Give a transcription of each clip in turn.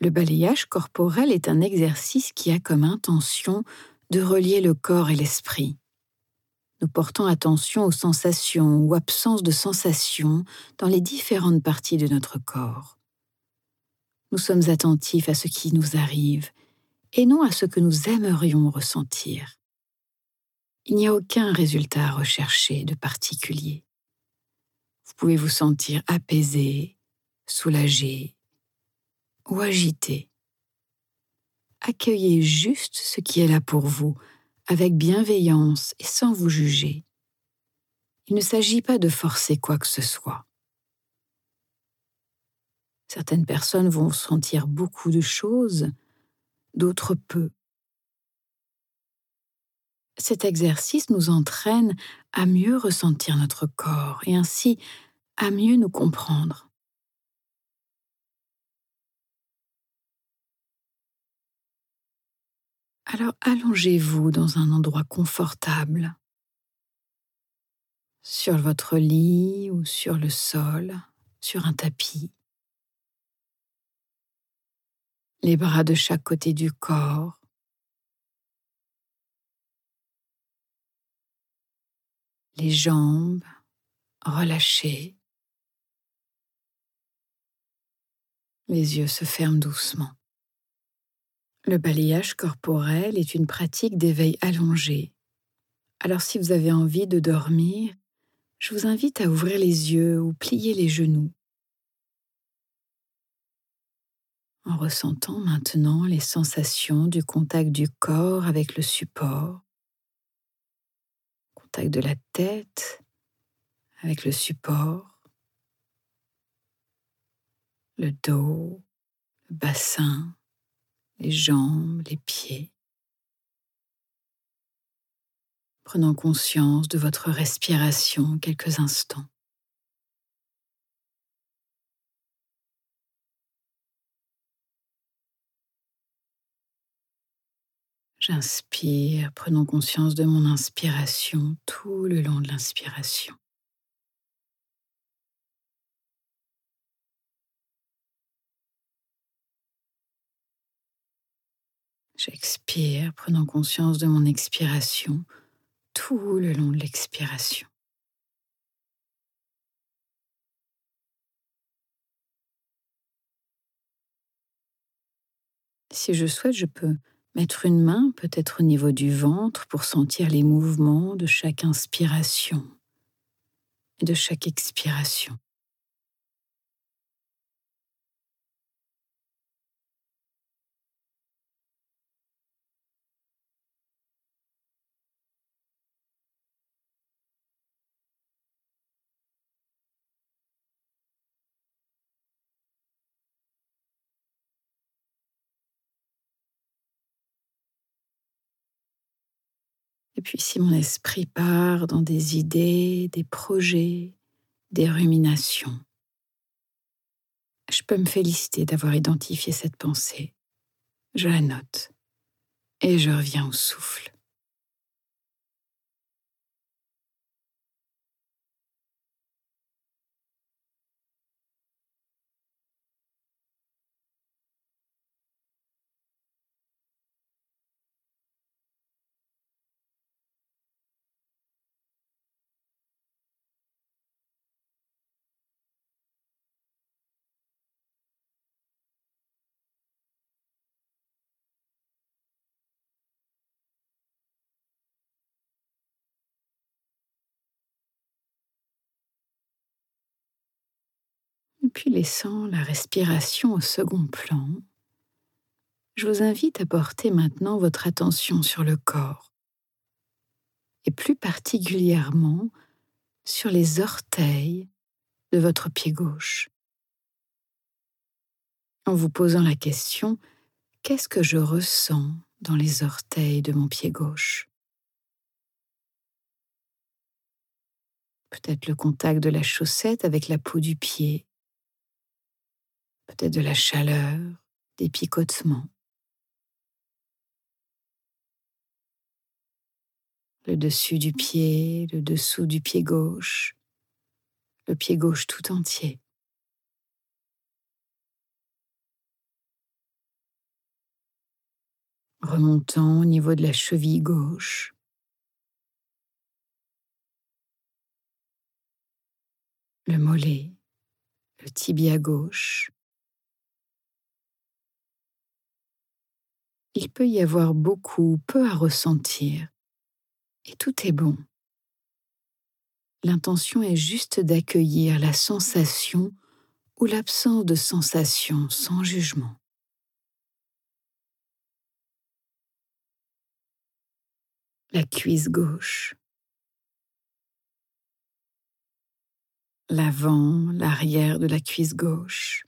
Le balayage corporel est un exercice qui a comme intention de relier le corps et l'esprit. Nous portons attention aux sensations ou absences de sensations dans les différentes parties de notre corps. Nous sommes attentifs à ce qui nous arrive et non à ce que nous aimerions ressentir. Il n'y a aucun résultat à rechercher de particulier. Vous pouvez vous sentir apaisé, soulagé ou agité. Accueillez juste ce qui est là pour vous, avec bienveillance et sans vous juger. Il ne s'agit pas de forcer quoi que ce soit. Certaines personnes vont sentir beaucoup de choses, d'autres peu. Cet exercice nous entraîne à mieux ressentir notre corps et ainsi à mieux nous comprendre. Alors allongez-vous dans un endroit confortable, sur votre lit ou sur le sol, sur un tapis. Les bras de chaque côté du corps, les jambes relâchées. Les yeux se ferment doucement. Le balayage corporel est une pratique d'éveil allongé. Alors si vous avez envie de dormir, je vous invite à ouvrir les yeux ou plier les genoux. En ressentant maintenant les sensations du contact du corps avec le support, contact de la tête avec le support, le dos, le bassin, les jambes, les pieds. Prenant conscience de votre respiration quelques instants. J'inspire, prenant conscience de mon inspiration tout le long de l'inspiration. J'expire, prenant conscience de mon expiration tout le long de l'expiration. Si je souhaite, je peux mettre une main peut-être au niveau du ventre pour sentir les mouvements de chaque inspiration et de chaque expiration. Et puis si mon esprit part dans des idées, des projets, des ruminations, je peux me féliciter d'avoir identifié cette pensée. Je la note et je reviens au souffle. Et puis laissant la respiration au second plan, je vous invite à porter maintenant votre attention sur le corps, et plus particulièrement sur les orteils de votre pied gauche, en vous posant la question: qu'est-ce que je ressens dans les orteils de mon pied gauche? Peut-être le contact de la chaussette avec la peau du pied, peut-être de la chaleur, des picotements. Le dessus du pied, le dessous du pied gauche, le pied gauche tout entier. remontant au niveau de la cheville gauche, le mollet, le tibia gauche. Il peut y avoir beaucoup ou peu à ressentir, et tout est bon. L'intention est juste d'accueillir la sensation ou l'absence de sensation sans jugement. La cuisse gauche, l'avant, l'arrière de la cuisse gauche,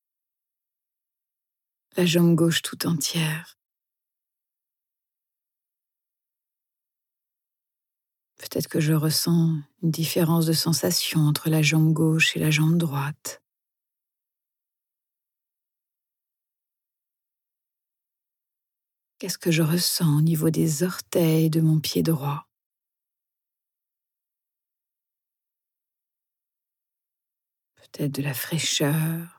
la jambe gauche tout entière. Peut-être que je ressens une différence de sensation entre la jambe gauche et la jambe droite. Qu'est-ce que je ressens au niveau des orteils de mon pied droit? Peut-être de la fraîcheur,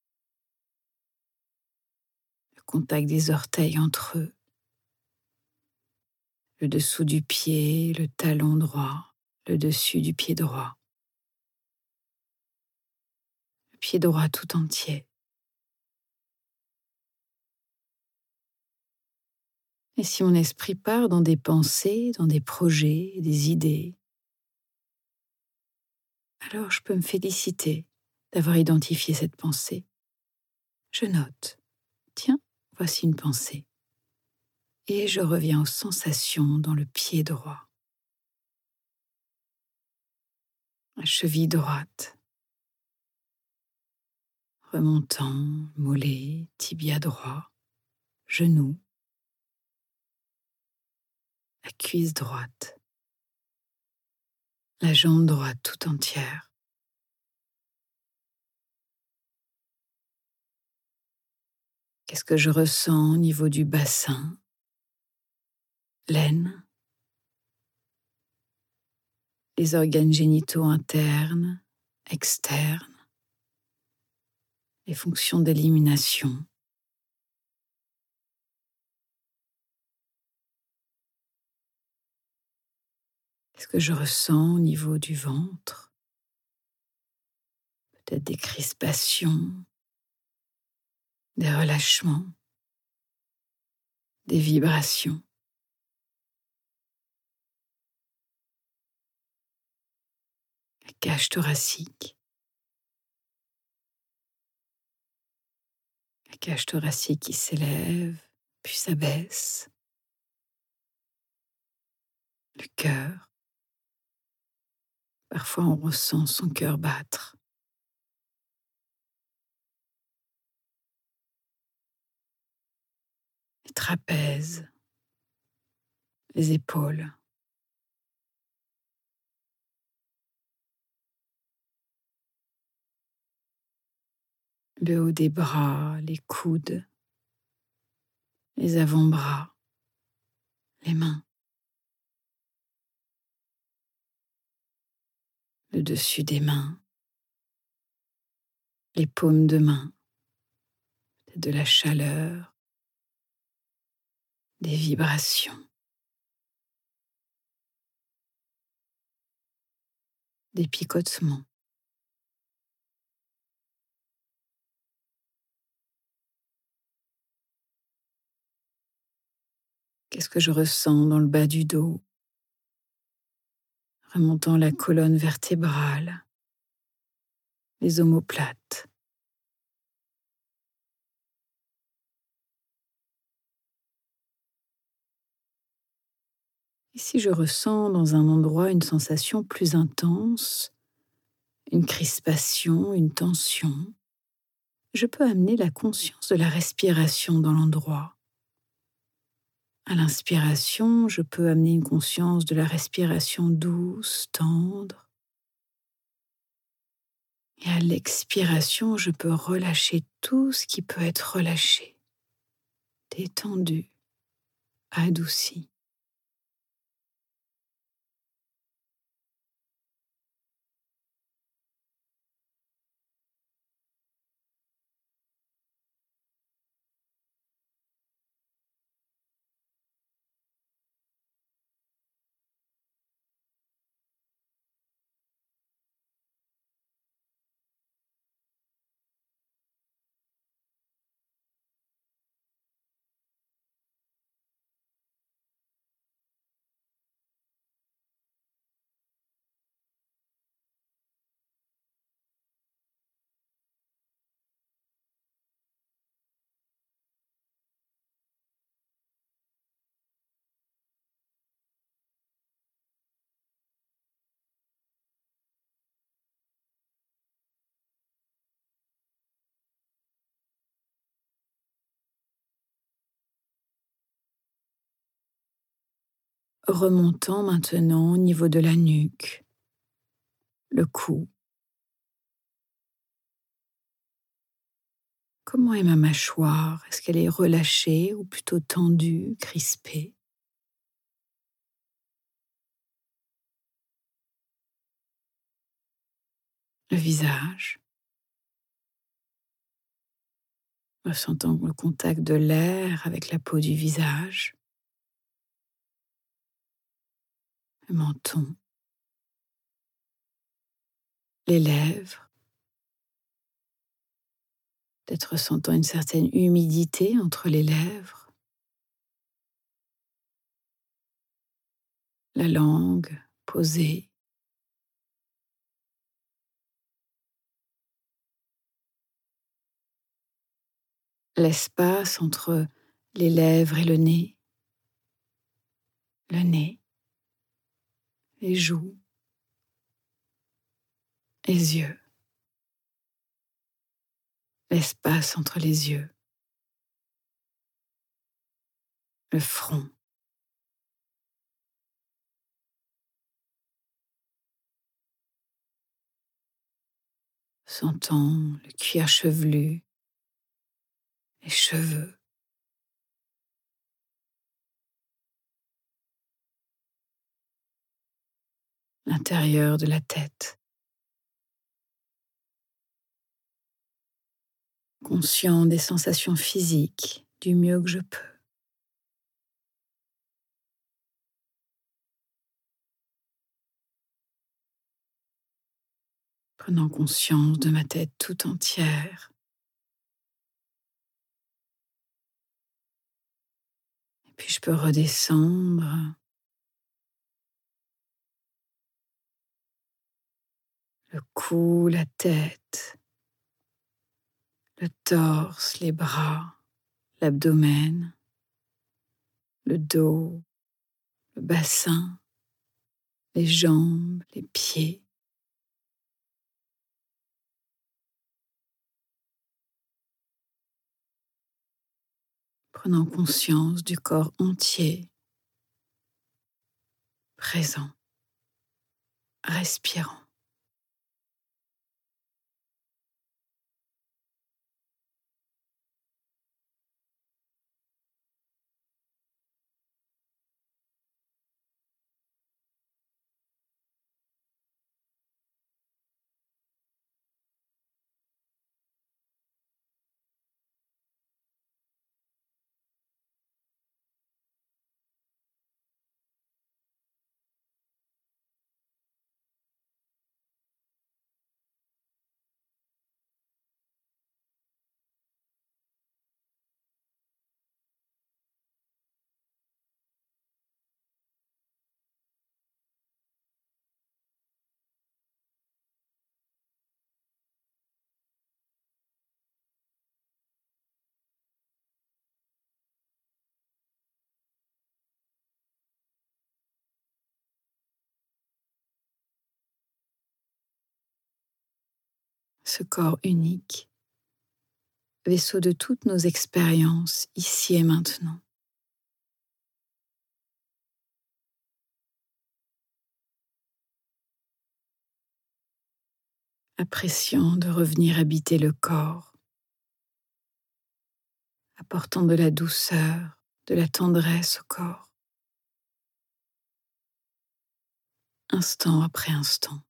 le contact des orteils entre eux, le dessous du pied, le talon droit, le dessus du pied droit, le pied droit tout entier. Et si mon esprit part dans des pensées, dans des projets, des idées, alors je peux me féliciter d'avoir identifié cette pensée. Je note. Tiens, voici une pensée. Et je reviens aux sensations dans le pied droit. La cheville droite, remontant, mollet, tibia droit, genou, la cuisse droite, la jambe droite tout entière. Qu'est-ce que je ressens au niveau du bassin, l'aine, les organes génitaux internes, externes, les fonctions d'élimination. Qu'est-ce que je ressens au niveau du ventre? Peut-être des crispations, des relâchements, des vibrations. La cage thoracique. La cage thoracique qui s'élève, puis s'abaisse. Le cœur. Parfois on ressent son cœur battre. Les trapèzes. Les épaules. Le haut des bras, les coudes. Les avant-bras. Les mains. Le dessus des mains. Les paumes de main. De la chaleur. Des vibrations. Des picotements. Qu'est-ce que je ressens dans le bas du dos, remontant la colonne vertébrale, les omoplates. Et si je ressens dans un endroit une sensation plus intense, une crispation, une tension, je peux amener la conscience de la respiration dans l'endroit. À l'inspiration, je peux amener une conscience de la respiration douce, tendre. Et à l'expiration, je peux relâcher tout ce qui peut être relâché, détendu, adouci. remontant maintenant au niveau de la nuque, le cou. Comment est ma mâchoire? Est-ce qu'elle est relâchée ou plutôt tendue, crispée? Le visage, ressentant le contact de l'air avec la peau du visage, le menton, les lèvres, peut-être ressentant une certaine humidité entre les lèvres, la langue posée, l'espace entre les lèvres et le nez, les joues, les yeux, l'espace entre les yeux, le front, sentant le cuir chevelu, les cheveux, l'intérieur de la tête, conscient des sensations physiques du mieux que je peux. Prenant conscience de ma tête tout entière. Et puis je peux redescendre le cou, la tête, le torse, les bras, l'abdomen, le dos, le bassin, les jambes, les pieds. Prenant conscience du corps entier, présent, respirant. Ce corps unique, vaisseau de toutes nos expériences ici et maintenant. Appréciant de revenir habiter le corps, apportant de la douceur, de la tendresse au corps, instant après instant.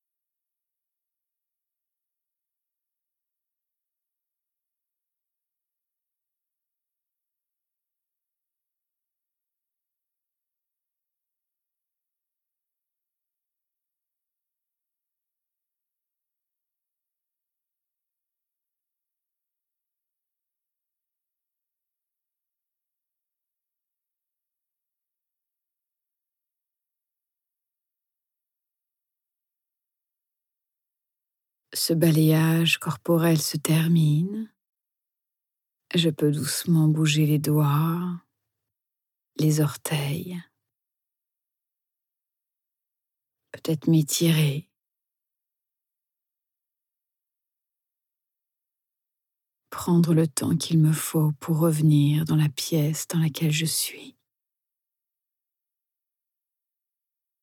Ce balayage corporel se termine. Je peux doucement bouger les doigts, les orteils, peut-être m'étirer, prendre le temps qu'il me faut pour revenir dans la pièce dans laquelle je suis.